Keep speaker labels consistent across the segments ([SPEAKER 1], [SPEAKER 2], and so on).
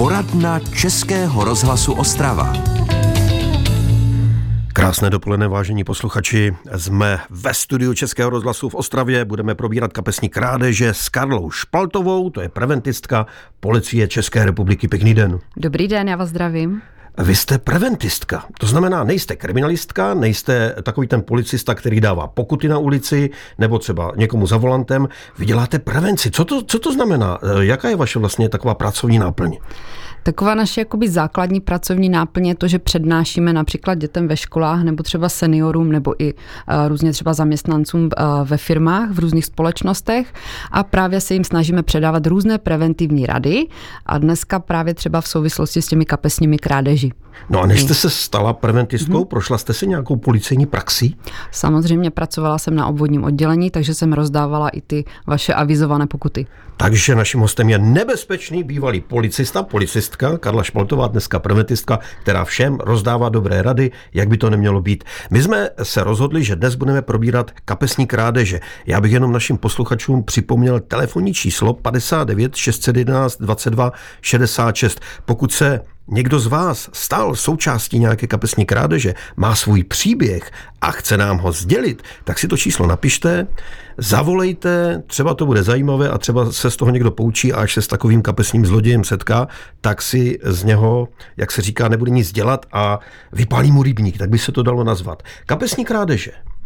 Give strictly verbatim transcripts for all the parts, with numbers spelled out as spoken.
[SPEAKER 1] Poradna Českého rozhlasu Ostrava.
[SPEAKER 2] Krásné dopoledne, vážení posluchači. Jsme ve studiu Českého rozhlasu v Ostravě. Budeme probírat kapesní krádeže s Karlou Špaltovou, to je preventistka Policie České republiky. Pěkný den.
[SPEAKER 3] Dobrý den, já vás zdravím.
[SPEAKER 2] Vy jste preventistka, to znamená, nejste kriminalistka, nejste takový ten policista, který dává pokuty na ulici, nebo třeba někomu za volantem. Vy děláte prevenci. Co to, co to znamená? Jaká je vaše vlastně taková pracovní náplň?
[SPEAKER 3] Taková naše jakoby základní pracovní náplň je to, že přednášíme například dětem ve školách nebo třeba seniorům nebo i uh, různě třeba zaměstnancům uh, ve firmách, v různých společnostech a právě se jim snažíme předávat různé preventivní rady a dneska právě třeba v souvislosti s těmi kapesními krádeži.
[SPEAKER 2] No a než jste se stala preventistkou, hmm. prošla jste si nějakou policejní praxí?
[SPEAKER 3] Samozřejmě pracovala jsem na obvodním oddělení, takže jsem rozdávala i ty vaše avizované pokuty.
[SPEAKER 2] Takže naším hostem je nebezpečný bývalý policista, policistka Karla Špaltová, dneska preventistka, která všem rozdává dobré rady, jak by to nemělo být. My jsme se rozhodli, že dnes budeme probírat kapesní krádeže. Já bych jenom našim posluchačům připomněl telefonní číslo padesát devět šest set jedenáct dvacet dva šedesát šest. Pokud se někdo z vás stal součástí nějaké kapesní krádeže, má svůj příběh a chce nám ho sdělit, tak si to číslo napište, zavolejte, třeba to bude zajímavé a třeba se z toho někdo poučí a až se s takovým kapesním zlodějem setká, tak si z něho, jak se říká, nebude nic dělat a vypálí mu rybník, tak by se to dalo nazvat. Kapesní krádeže.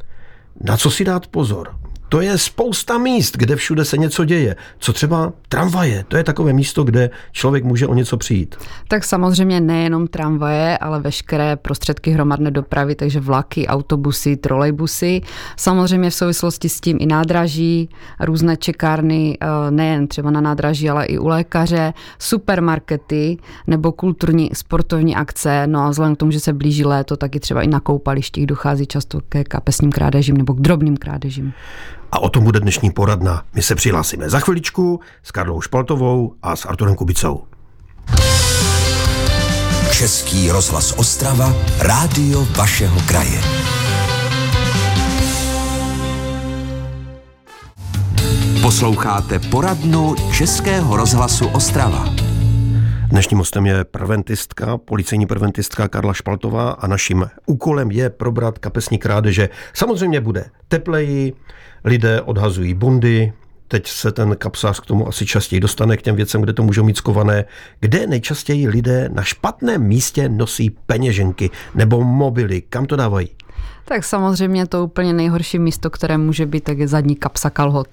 [SPEAKER 2] Na co si dát pozor? To je spousta míst, kde všude se něco děje. Co třeba tramvaje, to je takové místo, kde člověk může o něco přijít.
[SPEAKER 3] Tak samozřejmě nejenom tramvaje, ale veškeré prostředky hromadné dopravy, takže vlaky, autobusy, trolejbusy. Samozřejmě v souvislosti s tím i nádraží, různé čekárny, nejen třeba na nádraží, ale i u lékaře, supermarkety nebo kulturní sportovní akce. No a vzhledem k tomu, že se blíží léto, tak i třeba i na koupalištích dochází často ke kapesním krádežím nebo k drobným krádežím.
[SPEAKER 2] A o tom bude dnešní poradna. My se přihlásíme za chviličku s Karlou Špaltovou a s Arturem Kubicou.
[SPEAKER 1] Český rozhlas Ostrava, rádio vašeho kraje. Posloucháte poradnu Českého rozhlasu Ostrava.
[SPEAKER 2] Dnešním hostem je preventistka, policejní preventistka Karla Špaltová a naším úkolem je probrat kapesní krádeže. Samozřejmě bude tepleji, lidé odhazují bundy, teď se ten kapsář k tomu asi častěji dostane, k těm věcem, kde to můžou mít skované. Kde nejčastěji lidé na špatném místě nosí peněženky nebo mobily? Kam to dávají?
[SPEAKER 3] Tak samozřejmě to úplně nejhorší místo, které může být, tak je zadní kapsa kalhot.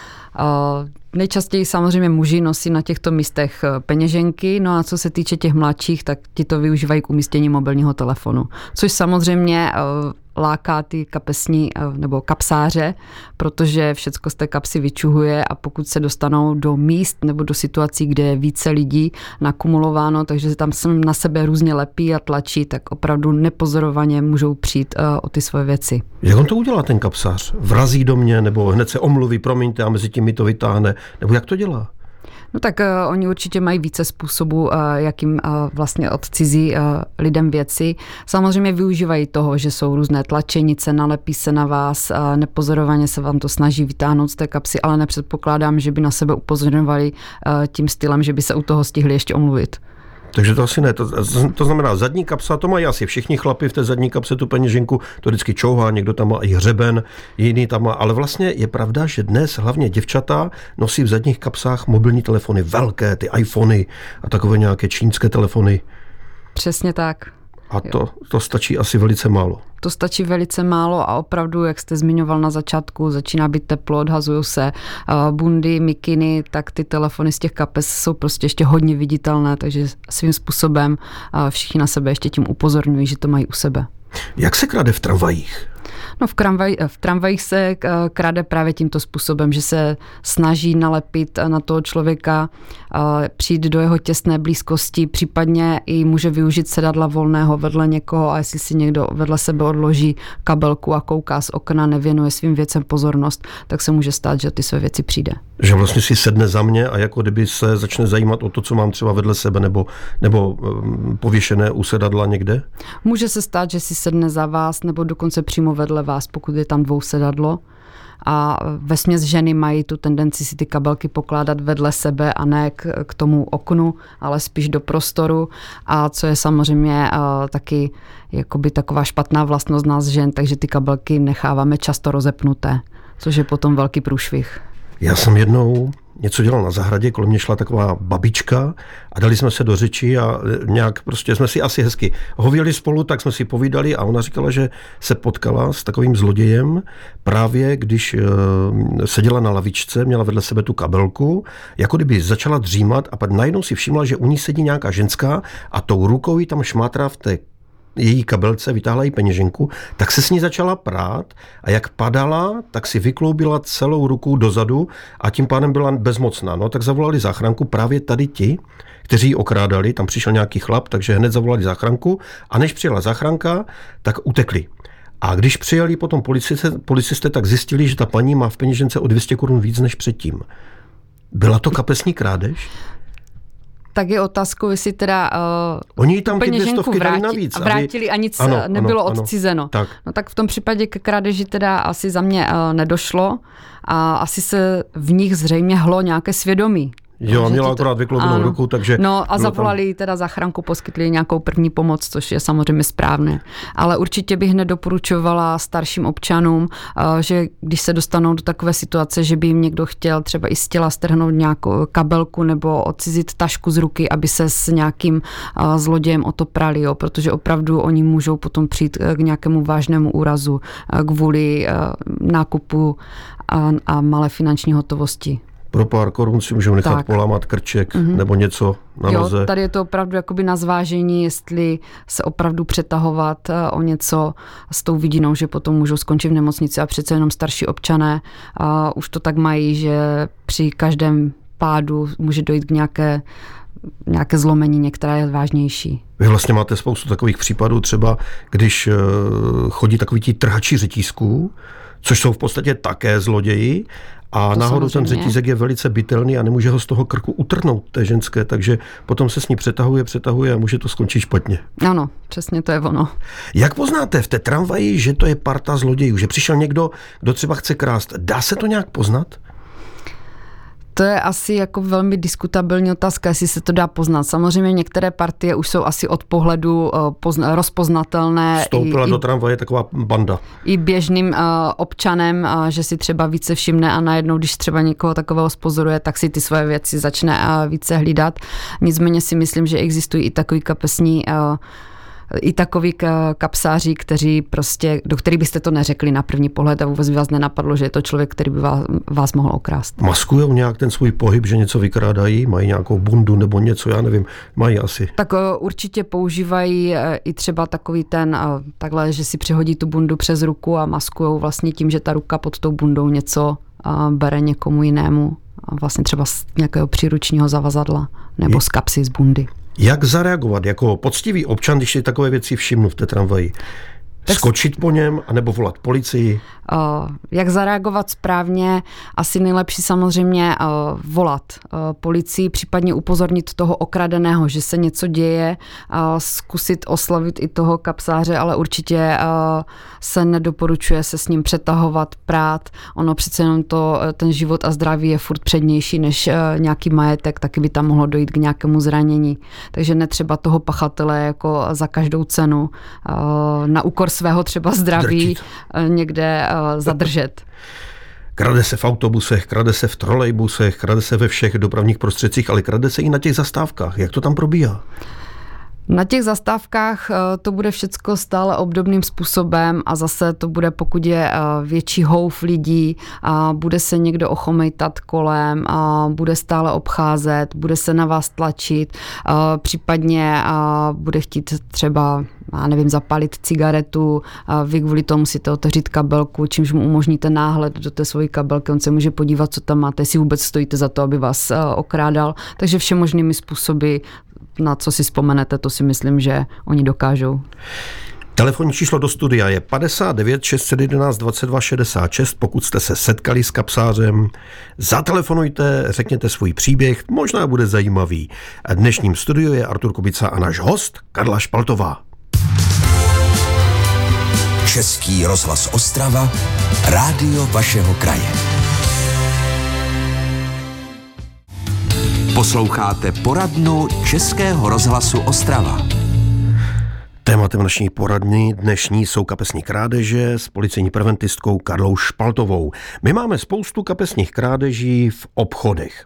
[SPEAKER 3] Uh, nejčastěji samozřejmě muži nosí na těchto místech peněženky, no a co se týče těch mladších, tak ti to využívají k umístění mobilního telefonu, což samozřejmě uh, láká ty kapesní uh, nebo kapsáře, protože všecko z té kapsy vyčuhuje a pokud se dostanou do míst nebo do situací, kde je více lidí nakumulováno, takže se tam na sebe různě lepí a tlačí, tak opravdu nepozorovaně můžou přijít uh, o ty svoje věci.
[SPEAKER 2] Jak on to udělá ten kapsář? Vrazí do mě nebo hned se omluví, promiňte, a mezi tím mi to vytáhne? Nebo jak to dělá?
[SPEAKER 3] No tak uh, oni určitě mají více způsobů, uh, jakým uh, vlastně odcizí uh, lidem věci. Samozřejmě využívají toho, že jsou různé tlačenice, nalepí se na vás, uh, nepozorovaně se vám to snaží vytáhnout z té kapsy, ale nepředpokládám, že by na sebe upozorňovali uh, tím stylem, že by se u toho stihli ještě omluvit.
[SPEAKER 2] Takže to asi ne. To, to znamená zadní kapsa, to mají asi všichni chlapi v té zadní kapse tu peněženku, to vždycky čouhá, někdo tam má i hřeben, jiný tam má, ale vlastně je pravda, že dnes hlavně děvčata nosí v zadních kapsách mobilní telefony, velké, ty iPhony a takové nějaké čínské telefony.
[SPEAKER 3] Přesně tak.
[SPEAKER 2] A to, to stačí asi velice málo.
[SPEAKER 3] To stačí velice málo a opravdu, jak jste zmiňoval na začátku, začíná být teplo, odhazují se bundy, mikiny, tak ty telefony z těch kapes jsou prostě ještě hodně viditelné, takže svým způsobem všichni na sebe ještě tím upozorňují, že to mají u sebe.
[SPEAKER 2] Jak se krade v tramvajích?
[SPEAKER 3] No v, tramvaj, v tramvajích se krade právě tímto způsobem, že se snaží nalepit na toho člověka, přijít do jeho těsné blízkosti, případně i může využít sedadla volného vedle někoho a jestli si někdo vedle sebe odloží kabelku a kouká z okna, nevěnuje svým věcem pozornost, tak se může stát, že ty své věci přijde. Že
[SPEAKER 2] vlastně si sedne za mě a jako kdyby se začne zajímat o to, co mám třeba vedle sebe nebo, nebo pověšené u sedadla někde?
[SPEAKER 3] Může se stát, že si sedne za vás nebo dokonce přímo vedle vás, pokud je tam dvousedadlo. a vesměs ženy mají tu tendenci si ty kabelky pokládat vedle sebe a ne k, k tomu oknu, ale spíš do prostoru, a co je samozřejmě uh, taky jakoby taková špatná vlastnost nás žen, takže ty kabelky necháváme často rozepnuté, což je potom velký průšvih.
[SPEAKER 2] Já jsem jednou něco dělal na zahradě, kolem mě šla taková babička a dali jsme se do řeči a nějak prostě jsme si asi hezky hověli spolu, tak jsme si povídali a ona říkala, že se potkala s takovým zlodějem právě, když seděla na lavičce, měla vedle sebe tu kabelku, jako kdyby začala dřímat a pak najednou si všimla, že u ní sedí nějaká ženská a tou rukou ji tam šmátrá v té její kabelce, vytáhla jí peněženku, tak se s ní začala prát a jak padala, tak si vykloubila celou ruku dozadu a tím pádem byla bezmocná. No, tak zavolali záchranku právě tady ti, kteří ji okrádali, tam přišel nějaký chlap, takže hned zavolali záchranku a než přijela záchranka, tak utekli. A když přijeli potom policisté, policisté, tak zjistili, že ta paní má v peněžence o dvě stě korun víc než předtím. Byla to kapesní krádež?
[SPEAKER 3] Tak je otázkou, jestli teda uh,
[SPEAKER 2] Oni tam ty dvě stovky dali navíc.
[SPEAKER 3] A vrátili a nic
[SPEAKER 2] ano,
[SPEAKER 3] nebylo
[SPEAKER 2] ano,
[SPEAKER 3] odcizeno.
[SPEAKER 2] Tak.
[SPEAKER 3] No tak v tom případě ke krádeži teda asi za mě uh, nedošlo a asi se v nich zřejmě hlo nějaké svědomí.
[SPEAKER 2] Jo,
[SPEAKER 3] Takže
[SPEAKER 2] měla akorát vykloubenou ruku, takže...
[SPEAKER 3] No a zavolali tam... teda záchranku, poskytli nějakou první pomoc, což je samozřejmě správné. Ale určitě bych nedoporučovala starším občanům, že když se dostanou do takové situace, že by jim někdo chtěl třeba i z těla strhnout nějakou kabelku nebo odcizit tašku z ruky, aby se s nějakým zlodějem o to prali, jo, protože opravdu oni můžou potom přijít k nějakému vážnému úrazu kvůli nákupu a, a malé finanční hotovosti.
[SPEAKER 2] Pro pár korun si můžou nechat
[SPEAKER 3] tak.
[SPEAKER 2] polámat krček mm-hmm. nebo něco na
[SPEAKER 3] jo,
[SPEAKER 2] noze.
[SPEAKER 3] Tady je to opravdu jakoby na zvážení, jestli se opravdu přetahovat o něco s tou vidinou, že potom můžou skončit v nemocnici a přece jenom starší občané a už to tak mají, že při každém pádu může dojít k nějaké, nějaké zlomení, některé je vážnější.
[SPEAKER 2] Vy vlastně máte spoustu takových případů, třeba když chodí takoví ti trhači řetízků, což jsou v podstatě také zloději, a to náhodou samozřejmě. Ten řetízek je velice bytelný a nemůže ho z toho krku utrhnout té ženské, takže potom se s ní přetahuje, přetahuje a může to skončit špatně.
[SPEAKER 3] Ano, přesně to je ono.
[SPEAKER 2] Jak poznáte v té tramvaji, že to je parta zlodějů, že přišel někdo, kdo třeba chce krást? Dá se to nějak poznat?
[SPEAKER 3] To je asi jako velmi diskutabilní otázka, jestli se to dá poznat. Samozřejmě některé partie už jsou asi od pohledu pozna, rozpoznatelné.
[SPEAKER 2] Vstoupila i, do tramvaje taková banda.
[SPEAKER 3] I běžným uh, občanem, uh, že si třeba více všimne a najednou, když třeba někoho takového spozoruje, tak si ty svoje věci začne uh, více hlídat. Nicméně si myslím, že existují i takový kapesní uh, i takoví kapsáři, kteří prostě, do kterých byste to neřekli na první pohled a vůbec by vás nenapadlo, že je to člověk, který by vás, vás mohl okrást.
[SPEAKER 2] Maskujou nějak ten svůj pohyb, že něco vykrádají? Mají nějakou bundu nebo něco, já nevím, mají asi.
[SPEAKER 3] Tak určitě používají i třeba takový ten, takhle, že si přehodí tu bundu přes ruku a maskujou vlastně tím, že ta ruka pod tou bundou něco bere někomu jinému. Vlastně třeba z nějakého příručního zavazadla nebo je... z kapsy z bundy.
[SPEAKER 2] Jak zareagovat jako poctivý občan, když si takové věci všimnu v té tramvaji? Tak skočit po něm, anebo volat policii?
[SPEAKER 3] Uh, jak zareagovat správně? Asi nejlepší samozřejmě uh, volat uh, policii, případně upozornit toho okradeného, že se něco děje, uh, zkusit oslovit i toho kapsáře, ale určitě uh, se nedoporučuje se s ním přetahovat, prát. Ono přece jenom to, ten život a zdraví je furt přednější než uh, nějaký majetek, taky by tam mohlo dojít k nějakému zranění. Takže netřeba toho pachatele jako za každou cenu uh, na úkor svého třeba zdraví Drtit. někde uh, zadržet.
[SPEAKER 2] Krade se v autobusech, krade se v trolejbusech, krade se ve všech dopravních prostředcích, ale krade se i na těch zastávkách. Jak to tam probíhá?
[SPEAKER 3] Na těch zastávkách to bude všecko stále obdobným způsobem a zase to bude, pokud je větší houf lidí, a bude se někdo ochomejtat kolem, a bude stále obcházet, bude se na vás tlačit, případně bude chtít třeba, já nevím, zapálit cigaretu, vy kvůli tomu musíte otevřít kabelku, čímž mu umožníte náhled do té svojí kabelky, on se může podívat, co tam máte, jestli vůbec stojíte za to, aby vás okrádal, takže všemožnými způsoby, na co si vzpomenete, to si myslím, že oni dokážou.
[SPEAKER 2] Telefonní číslo do studia je padesát devět šest set jedenáct dvacet dva šedesát šest. Pokud jste se setkali s kapsářem, zatelefonujte, řekněte svůj příběh, možná bude zajímavý. Dnešním studiu je Artur Kubica a náš host Karla Špaltová.
[SPEAKER 1] Český rozhlas Ostrava, rádio vašeho kraje. Posloucháte poradnu Českého rozhlasu Ostrava.
[SPEAKER 2] Tématem naší poradny dnešní jsou kapesní krádeže s policejní preventistkou Karlou Špaltovou. My máme spoustu kapesních krádeží v obchodech.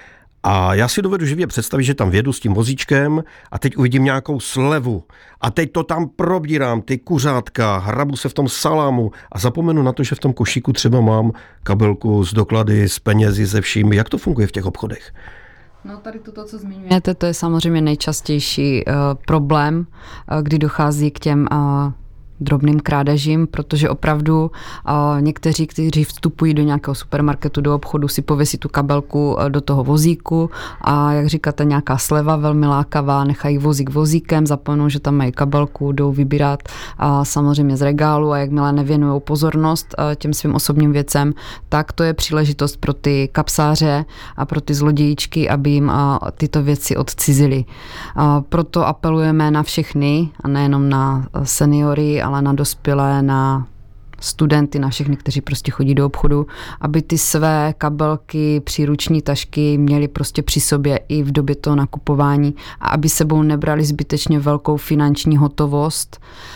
[SPEAKER 2] A já si dovedu živě představit, že tam vjedu s tím vozíčkem a teď uvidím nějakou slevu. A teď to tam probírám, ty kuřátka, hrabu se v tom salámu a zapomenu na to, že v tom košíku třeba mám kabelku s doklady, s penězi, se vším. Jak to funguje v těch obchodech?
[SPEAKER 3] No tady toto, co zmiňujete, to je samozřejmě nejčastější uh, problém, uh, kdy dochází k těm uh, drobným krádežím, protože opravdu uh, někteří, kteří vstupují do nějakého supermarketu, do obchodu, si pověsí tu kabelku uh, do toho vozíku a jak říkáte, nějaká sleva velmi lákavá, nechají vozík vozíkem, zapomenou, že tam mají kabelku, jdou vybírat uh, samozřejmě z regálu a jakmile nevěnují pozornost uh, těm svým osobním věcem, tak to je příležitost pro ty kapsáře a pro ty zlodějíčky, aby jim uh, tyto věci odcizili. Uh, proto apelujeme na všechny a nejenom na seniory, ale na dospělé, na studenty, na všechny, kteří prostě chodí do obchodu, aby ty své kabelky, příruční tašky měli prostě při sobě i v době toho nakupování a aby sebou nebrali zbytečně velkou finanční hotovost.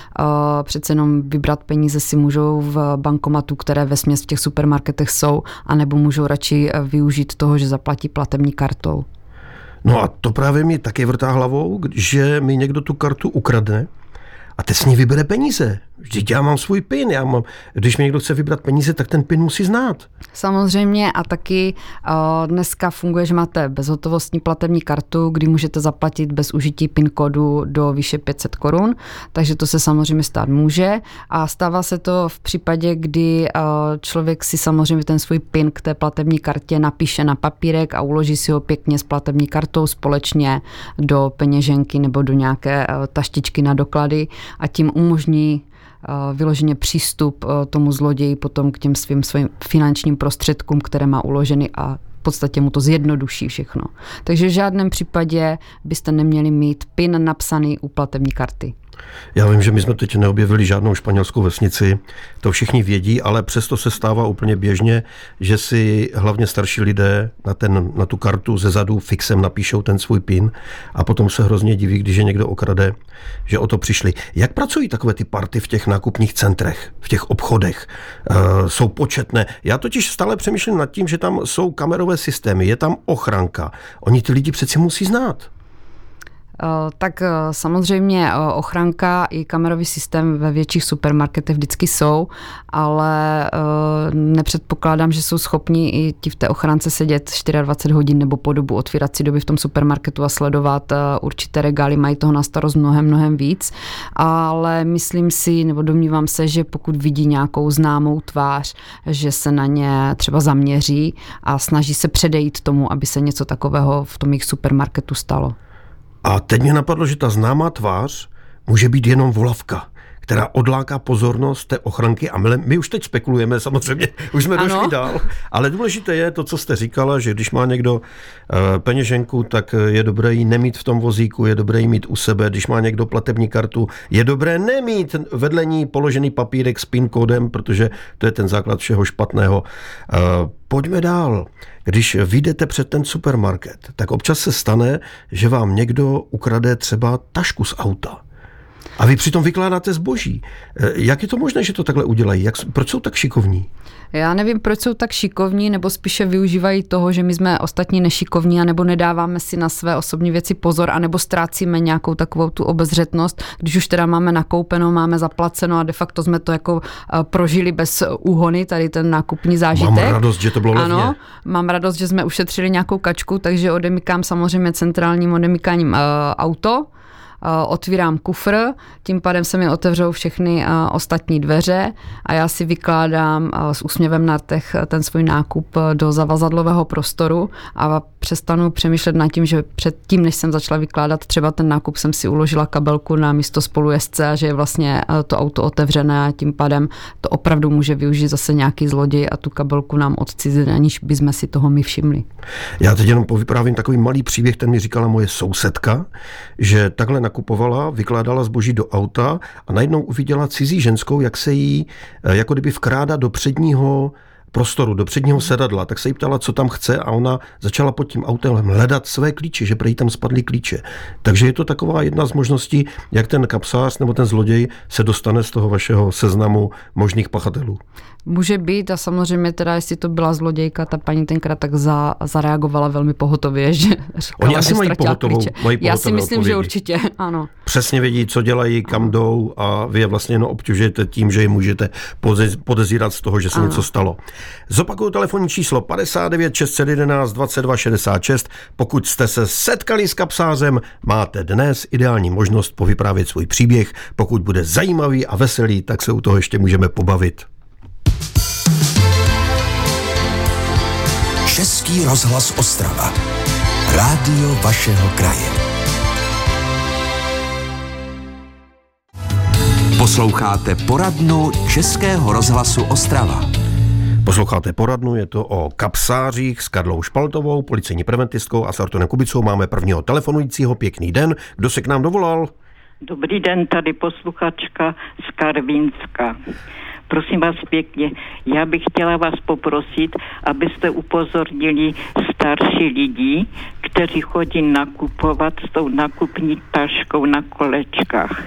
[SPEAKER 3] Přece jenom vybrat peníze si můžou v bankomatu, které vesměs v těch supermarketech jsou, anebo můžou radši využít toho, že zaplatí platební kartou.
[SPEAKER 2] No a to právě mi taky vrtá hlavou, že mi někdo tu kartu ukradne a teď s ní vybere peníze. Vždyť já mám svůj PIN. Já mám, když mi někdo chce vybrat peníze, tak ten PIN musí znát.
[SPEAKER 3] Samozřejmě a taky uh, dneska funguje, že máte bezhotovostní platební kartu, kdy můžete zaplatit bez užití PIN kódu do výše pět set korun, takže to se samozřejmě stát může a stává se to v případě, kdy uh, člověk si samozřejmě ten svůj PIN k té platební kartě napíše na papírek a uloží si ho pěkně s platební kartou společně do peněženky nebo do nějaké uh, taštičky na doklady a tím umožní vyloženě přístup tomu zloději potom k těm svým, svým finančním prostředkům, které má uloženy a v podstatě mu to zjednoduší všechno. Takže v žádném případě byste neměli mít PIN napsaný u platební karty.
[SPEAKER 2] Já vím, že my jsme teď neobjevili žádnou španělskou vesnici, to všichni vědí, ale přesto se stává úplně běžně, že si hlavně starší lidé na, ten, na tu kartu ze zadu fixem napíšou ten svůj PIN a potom se hrozně diví, když je někdo okrade, že o to přišli. Jak pracují takové ty party v těch nákupních centrech, v těch obchodech? E, jsou početné. Já totiž stále přemýšlím nad tím, že tam jsou kamerové systémy, je tam ochranka. Oni ty lidi přeci musí znát.
[SPEAKER 3] Tak samozřejmě ochranka i kamerový systém ve větších supermarketech vždycky jsou, ale nepředpokládám, že jsou schopni i ti v té ochrance sedět dvacet čtyři hodin nebo po dobu otvírací doby v tom supermarketu a sledovat určité regály, mají toho na starost mnohem, mnohem víc, ale myslím si, nebo domnívám se, že pokud vidí nějakou známou tvář, že se na ně třeba zaměří a snaží se předejít tomu, aby se něco takového v tom jejich supermarketu stalo.
[SPEAKER 2] A teď mě napadlo, že ta známá tvář může být jenom volavka, která odláká pozornost té ochranky a my, my už teď spekulujeme, samozřejmě, už jsme ano. došli dál, ale důležité je to, co jste říkala, že když má někdo uh, peněženku, tak je dobré jí nemít v tom vozíku, je dobré jí mít u sebe, když má někdo platební kartu, je dobré nemít vedle ní položený papírek s PIN kódem, protože to je ten základ všeho špatného. Uh, pojďme dál. Když vyjdete před ten supermarket, tak občas se stane, že vám někdo ukrade třeba tašku z auta. A vy přitom vykládáte zboží. Jak je to možné, že to takhle udělají? Jak, proč jsou tak šikovní?
[SPEAKER 3] Já nevím, proč jsou tak šikovní, nebo spíše využívají toho, že my jsme ostatní nešikovní, anebo nedáváme si na své osobní věci pozor, anebo ztrácíme nějakou takovou tu obezřetnost, když už teda máme nakoupeno, máme zaplaceno a de facto jsme to jako prožili bez úhony, tady ten nákupní zážitek.
[SPEAKER 2] Mám radost, že to bylo levně.
[SPEAKER 3] Ano, mám radost, že jsme ušetřili nějakou kačku, takže odemykám samozřejmě centrálním odemykáním uh, auto. Otvírám kufr, tím pádem se mi otevřou všechny ostatní dveře a já si vykládám s úsměvem na těch ten svůj nákup do zavazadlového prostoru a přestanu přemýšlet nad tím, že předtím, než jsem začala vykládat třeba ten nákup, jsem si uložila kabelku na místo spolujezdce a že je vlastně to auto otevřené a tím pádem to opravdu může využít zase nějaký zloděj a tu kabelku nám odcizit, aniž bychom si toho my všimli.
[SPEAKER 2] Já teď jenom povyprávím takový malý příběh, ten mi říkala moje sousedka, že takhle nakupovala, vykládala zboží do auta a najednou uviděla cizí ženskou, jak se jí jako kdyby vkrádá do předního prostoru, do předního sedadla, tak se jí ptala, co tam chce a ona začala pod tím autem hledat své klíče, že prý tam spadly klíče. Takže je to taková jedna z možností, jak ten kapsář nebo ten zloděj se dostane z toho vašeho seznamu možných pachatelů.
[SPEAKER 3] Může být a samozřejmě teda, jestli to byla zlodějka, ta paní tenkrát tak za, zareagovala velmi pohotově, že říkala,
[SPEAKER 2] Oni asi mají pohotovou, mají
[SPEAKER 3] Já si myslím,
[SPEAKER 2] odpovědi.
[SPEAKER 3] že určitě, ano.
[SPEAKER 2] Přesně vědí, co dělají, kam jdou a vy je vlastně jenom obtěžujete tím, že ji můžete podezírat z toho, že se ano. něco stalo. Zopakuju telefonní číslo padesát devět šest set jedenáct dvacet dva šedesát šest. Pokud jste se setkali s kapsářem, máte dnes ideální možnost povyprávět svůj příběh. Pokud bude zajímavý a veselý, tak se u toho ještě můžeme pobavit.
[SPEAKER 1] Český rozhlas Ostrava. Rádio vašeho kraje. Posloucháte poradnu Českého rozhlasu Ostrava.
[SPEAKER 2] Posloucháte poradnu, je to o kapsářích s Karlou Špaltovou, policejní preventistkou a s Arturem Kubicou. Máme prvního telefonujícího. Pěkný den. Kdo se k nám dovolal?
[SPEAKER 4] Dobrý den, tady posluchačka z Karvinska. Prosím vás pěkně, já bych chtěla vás poprosit, abyste upozornili starší lidi, kteří chodí nakupovat s tou nakupní taškou na kolečkách.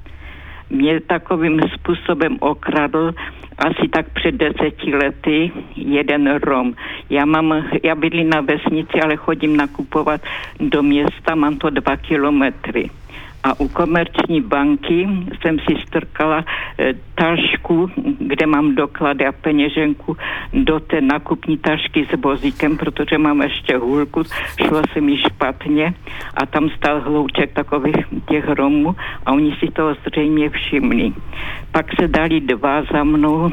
[SPEAKER 4] Mě takovým způsobem okradl asi tak před deseti lety jeden Rom. Já mám, já bydlím na vesnici, ale chodím nakupovat do města, mám to dva kilometry. A u Komerční banky jsem si strkala e, tašku, kde mám doklady a peněženku, do té nakupní tašky s vozíkem, protože mám ještě hůlku, šlo se mi špatně a tam stál hlouček takových těch Romů a oni si toho zřejmě všimli. Pak se dali dva za mnou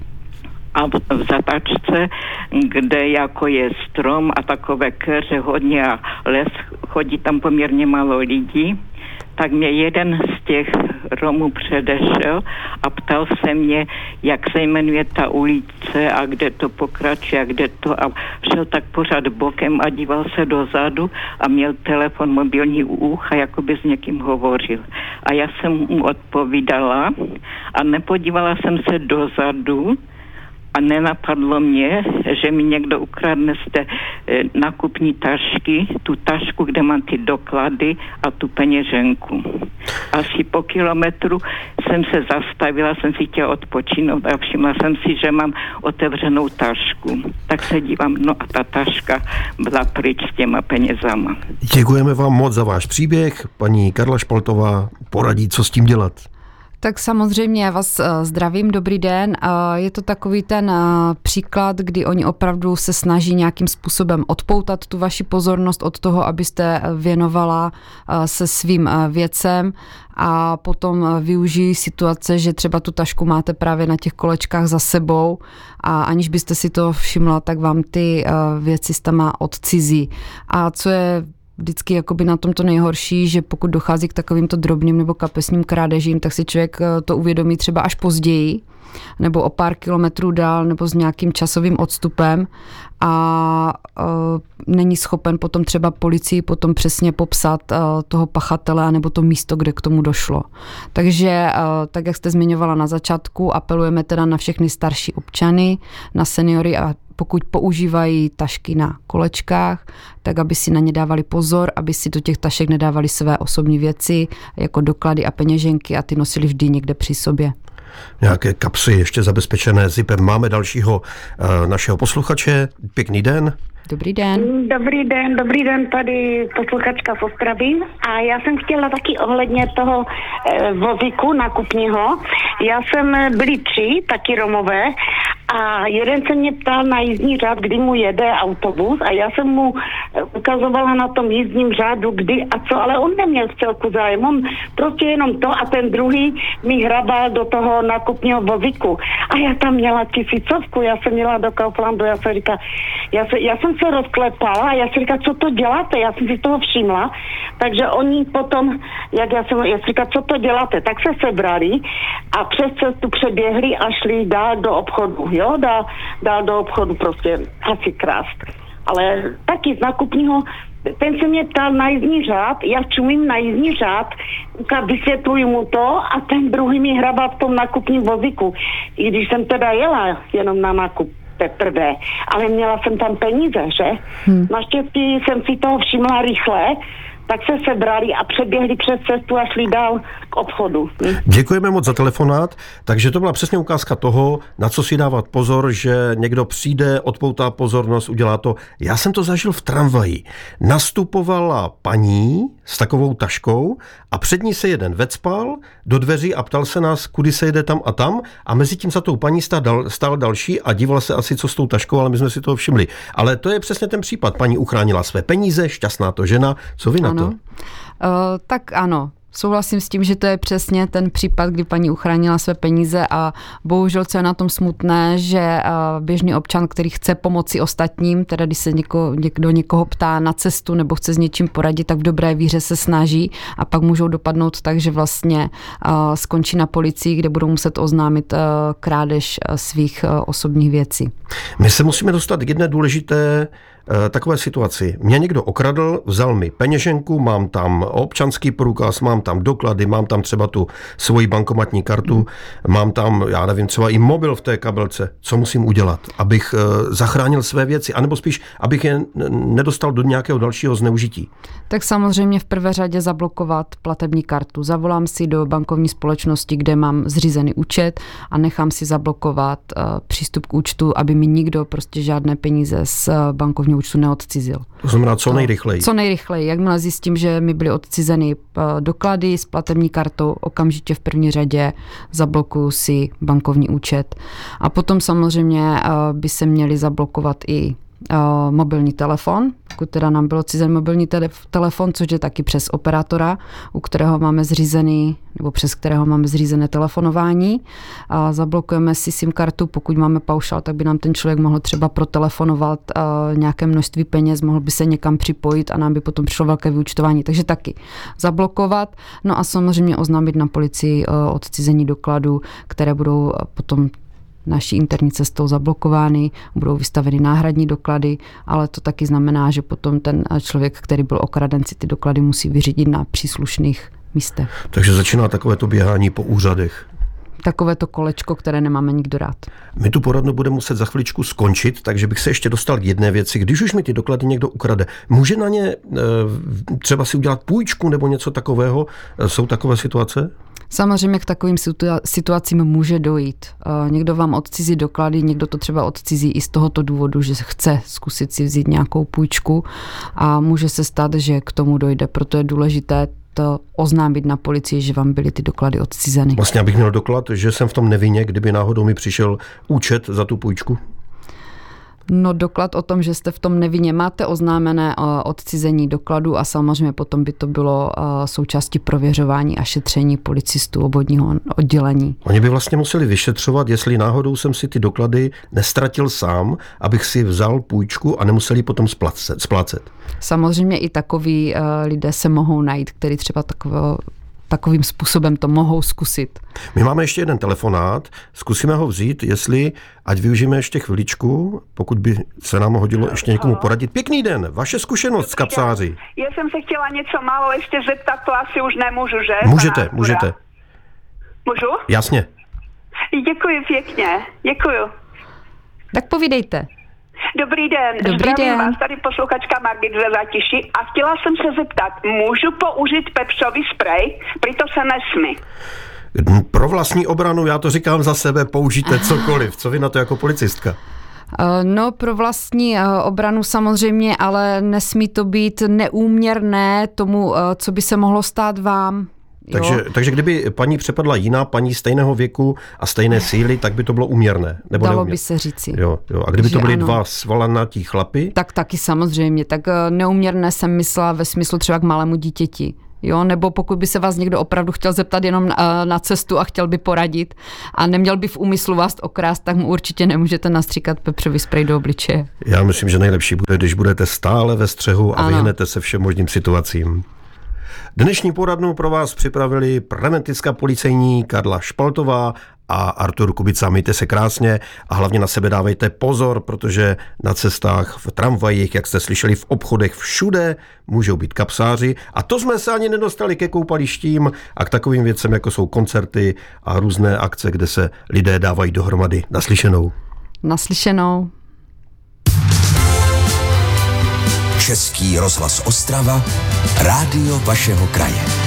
[SPEAKER 4] a v zatačce, kde jako je strom a takové keře hodně a les, chodí tam poměrně málo lidí, tak mě jeden z těch Romů předešel a ptal se mě, jak se jmenuje ta ulice a kde to pokračuje a kde to a šel tak pořád bokem a díval se dozadu a měl telefon mobilní u ucha, jako by s někým hovořil. A já jsem mu odpovídala a nepodívala jsem se dozadu a nenapadlo mě, že mi někdo ukradne z té e, nakupní tašky, tu tašku, kde mám ty doklady a tu peněženku. Asi po kilometru jsem se zastavila, jsem si chtěla odpočinout a všimla jsem si, že mám otevřenou tašku. Tak se dívám, no a ta taška byla pryč s těma penězama.
[SPEAKER 2] Děkujeme vám moc za váš příběh. Paní Karla Špaltová poradí, co s tím dělat.
[SPEAKER 3] Tak samozřejmě, já vás zdravím, dobrý den. Je to takový ten příklad, kdy oni opravdu se snaží nějakým způsobem odpoutat tu vaši pozornost od toho, abyste věnovala se svým věcem a potom využijí situace, že třeba tu tašku máte právě na těch kolečkách za sebou a aniž byste si to všimla, tak vám ty věci s tam odcizí. A co je vždycky jakoby na tom to nejhorší, že pokud dochází k takovýmto drobným nebo kapesním krádežím, tak si člověk to uvědomí třeba až později, nebo o pár kilometrů dál, nebo s nějakým časovým odstupem a uh, není schopen potom třeba policii potom přesně popsat uh, toho pachatele nebo to místo, kde k tomu došlo. Takže, uh, tak jak jste zmiňovala na začátku, apelujeme teda na všechny starší občany, na seniory a pokud používají tašky na kolečkách, tak aby si na ně dávali pozor, aby si do těch tašek nedávali své osobní věci, jako doklady a peněženky a ty nosili vždy někde při sobě.
[SPEAKER 2] Nějaké kapsy ještě zabezpečené zipem. Máme dalšího uh, našeho posluchače. Pěkný den.
[SPEAKER 3] Dobrý den.
[SPEAKER 5] Dobrý den, dobrý den, tady posluchačka z Ostravy. A já jsem chtěla taky ohledně toho e, vozíku nákupního. Já jsem, byli tři, taky Romové, a jeden se mě ptal na jízdní řád, kdy mu jede autobus a já jsem mu ukazovala na tom jízdním řádu, kdy a co, ale on neměl v celku zájem, on prostě jenom to a ten druhý mi hrabal do toho nákupního vozíku. A já tam měla tisícovku, já jsem měla do Kauflandu, já jsem říkala, já, se, já jsem se rozklepala a já jsem říkala, co to děláte, já jsem si toho všimla, takže oni potom, jak já jsem, já jsem říkala, co to děláte, tak se sebrali a přes cestu přeběhli a šli dál do obchodu, jo, dál, dál do obchodu prostě asi krást. ale taky z nákupního, ten se mě ptal na jízdní řád, já čumím na jízdní řád, vysvětluji mu to a ten druhý mi hrabal v tom nákupním vozíku. I když jsem teda jela jenom na nákup teprve, ale měla jsem tam peníze, že? Hmm. Naštěstí jsem si toho všimla rychle, tak se sebrali a přeběhli přes cestu a šli dál k obchodu. Hm?
[SPEAKER 2] Děkujeme moc za telefonát. Takže to byla přesně ukázka toho, na co si dávat pozor, že někdo přijde, odpoutá pozornost, udělá to. Já jsem to zažil v tramvaji. Nastupovala paní s takovou taškou a před ní se jeden vecpal do dveří a ptal se nás, kudy se jede tam a tam, a mezi tím za tou paní stál, dal, stál další a díval se asi, co s tou taškou, ale my jsme si toho všimli. Ale to je přesně ten případ. Paní uchránila své peníze, šťastná to žena. Co vy na
[SPEAKER 3] ano.
[SPEAKER 2] to?
[SPEAKER 3] Uh, tak ano. Souhlasím s tím, že to je přesně ten případ, kdy paní uchránila své peníze a bohužel, co je na tom smutné, že běžný občan, který chce pomoci ostatním, teda když se něko, někdo někoho ptá na cestu nebo chce s něčím poradit, tak v dobré víře se snaží a pak můžou dopadnout tak, že vlastně skončí na policii, kde budou muset oznámit krádež svých osobních věcí.
[SPEAKER 2] My se musíme dostat k jedné důležité takové situaci. Mě někdo okradl, vzal mi peněženku, mám tam občanský průkaz, mám tam doklady, mám tam třeba tu svoji bankomatní kartu, hmm. mám tam, já nevím, třeba i mobil v té kabelce. Co musím udělat, abych zachránil své věci, anebo spíš, abych je nedostal do nějakého dalšího zneužití?
[SPEAKER 3] Tak samozřejmě v prvé řadě zablokovat platební kartu. Zavolám si do bankovní společnosti, kde mám zřízený účet a nechám si zablokovat uh, přístup k účtu, aby mi nikdo prostě žádné peníze z bankovního účtu neodcizil.
[SPEAKER 2] To znamená co nejrychleji.
[SPEAKER 3] Co nejrychleji. Jakmile zjistím, že mi byly odcizeny doklady s platební kartou, okamžitě v první řadě zablokuju si bankovní účet. A potom samozřejmě by se měli zablokovat i Uh, mobilní telefon, pokud teda nám bylo odcizen mobilní te- telefon, což je taky přes operátora, u kterého máme zřízený, nebo přes kterého máme zřízené telefonování. A zablokujeme si SIM kartu, pokud máme paušál, tak by nám ten člověk mohl třeba protelefonovat uh, nějaké množství peněz, mohl by se někam připojit a nám by potom přišlo velké vyúčtování. Takže taky zablokovat, no a samozřejmě oznámit na policii uh, odcizení dokladů, které budou potom naší interní cestou zablokovány, budou vystaveny náhradní doklady, ale to taky znamená, že potom ten člověk, který byl okraden, si ty doklady musí vyřídit na příslušných místech.
[SPEAKER 2] Takže začíná takovéto běhání po úřadech.
[SPEAKER 3] Takové to kolečko, které nemáme nikdo rád.
[SPEAKER 2] My tu poradnu budeme muset za chviličku skončit, takže bych se ještě dostal k jedné věci. Když už mi ty doklady někdo ukrade, může na ně třeba si udělat půjčku nebo něco takového? Jsou takové situace?
[SPEAKER 3] Samozřejmě k takovým situacím může dojít. Někdo vám odcizí doklady, někdo to třeba odcizí i z tohoto důvodu, že chce zkusit si vzít nějakou půjčku a může se stát, že k tomu dojde. Proto je důležité to oznámit na policii, že vám byly ty doklady odcizeny.
[SPEAKER 2] Vlastně abych měl doklad, že jsem v tom nevinně, kdyby náhodou mi přišel účet za tu půjčku?
[SPEAKER 3] No doklad o tom, že jste v tom nevinně, máte oznámené odcizení dokladu a samozřejmě potom by to bylo součástí prověřování a šetření policistů obvodního oddělení.
[SPEAKER 2] Oni by vlastně museli vyšetřovat, jestli náhodou jsem si ty doklady nestratil sám, abych si vzal půjčku a nemuseli potom splácet. splácet.
[SPEAKER 3] Samozřejmě i takoví lidé se mohou najít, který třeba takového takovým způsobem to mohou zkusit.
[SPEAKER 2] My máme ještě jeden telefonát, zkusíme ho vzít, jestli, ať využijeme ještě chviličku, pokud by se nám hodilo ještě někomu poradit. Pěkný den, vaše zkušenost s kapsáři.
[SPEAKER 6] Já jsem se chtěla něco málo ještě zeptat, to asi už nemůžu, že?
[SPEAKER 2] Můžete, můžete.
[SPEAKER 6] Můžu?
[SPEAKER 2] Jasně.
[SPEAKER 6] Děkuji pěkně, děkuji.
[SPEAKER 3] Tak povídejte.
[SPEAKER 6] Dobrý den,
[SPEAKER 3] Dobrý
[SPEAKER 6] zdravím
[SPEAKER 3] den.
[SPEAKER 6] vás, tady posluchačka Margit ze Zatiši a chtěla jsem se zeptat, můžu použít pepřový sprej, proto se nesmí.
[SPEAKER 2] Pro vlastní obranu, já to říkám za sebe, použijte cokoliv. Co vy na to jako policistka?
[SPEAKER 3] No pro vlastní obranu samozřejmě, ale nesmí to být neúměrné tomu, co by se mohlo stát vám.
[SPEAKER 2] Takže, takže kdyby paní přepadla jiná paní stejného věku a stejné síly, tak by to bylo úměrné. Nebo
[SPEAKER 3] Dalo
[SPEAKER 2] neuměrné.
[SPEAKER 3] by se říci.
[SPEAKER 2] Jo, jo. A kdyby
[SPEAKER 3] že
[SPEAKER 2] to byly
[SPEAKER 3] ano.
[SPEAKER 2] dva svalanatí chlapy?
[SPEAKER 3] Tak taky samozřejmě. Tak neúměrné jsem myslela ve smyslu třeba k malému dítěti. Jo, nebo pokud by se vás někdo opravdu chtěl zeptat jenom na, na cestu a chtěl by poradit a neměl by v úmyslu vás okrást, tak mu určitě nemůžete nastříkat pepřový sprej do obličeje.
[SPEAKER 2] Já myslím, že nejlepší bude, když budete stále ve střehu a
[SPEAKER 3] ano.
[SPEAKER 2] vyhnete se všem možným situacím. Dnešní poradnu pro vás připravili preventistka policejní Karla Špaltová a Artur Kubica. Mějte se krásně a hlavně na sebe dávejte pozor, protože na cestách, v tramvajích, jak jste slyšeli, v obchodech, všude můžou být kapsáři. A to jsme se ani nedostali ke koupalištím a k takovým věcem, jako jsou koncerty a různé akce, kde se lidé dávají dohromady. Naslyšenou.
[SPEAKER 3] Naslyšenou.
[SPEAKER 1] Český rozhlas Ostrava, rádio vašeho kraje.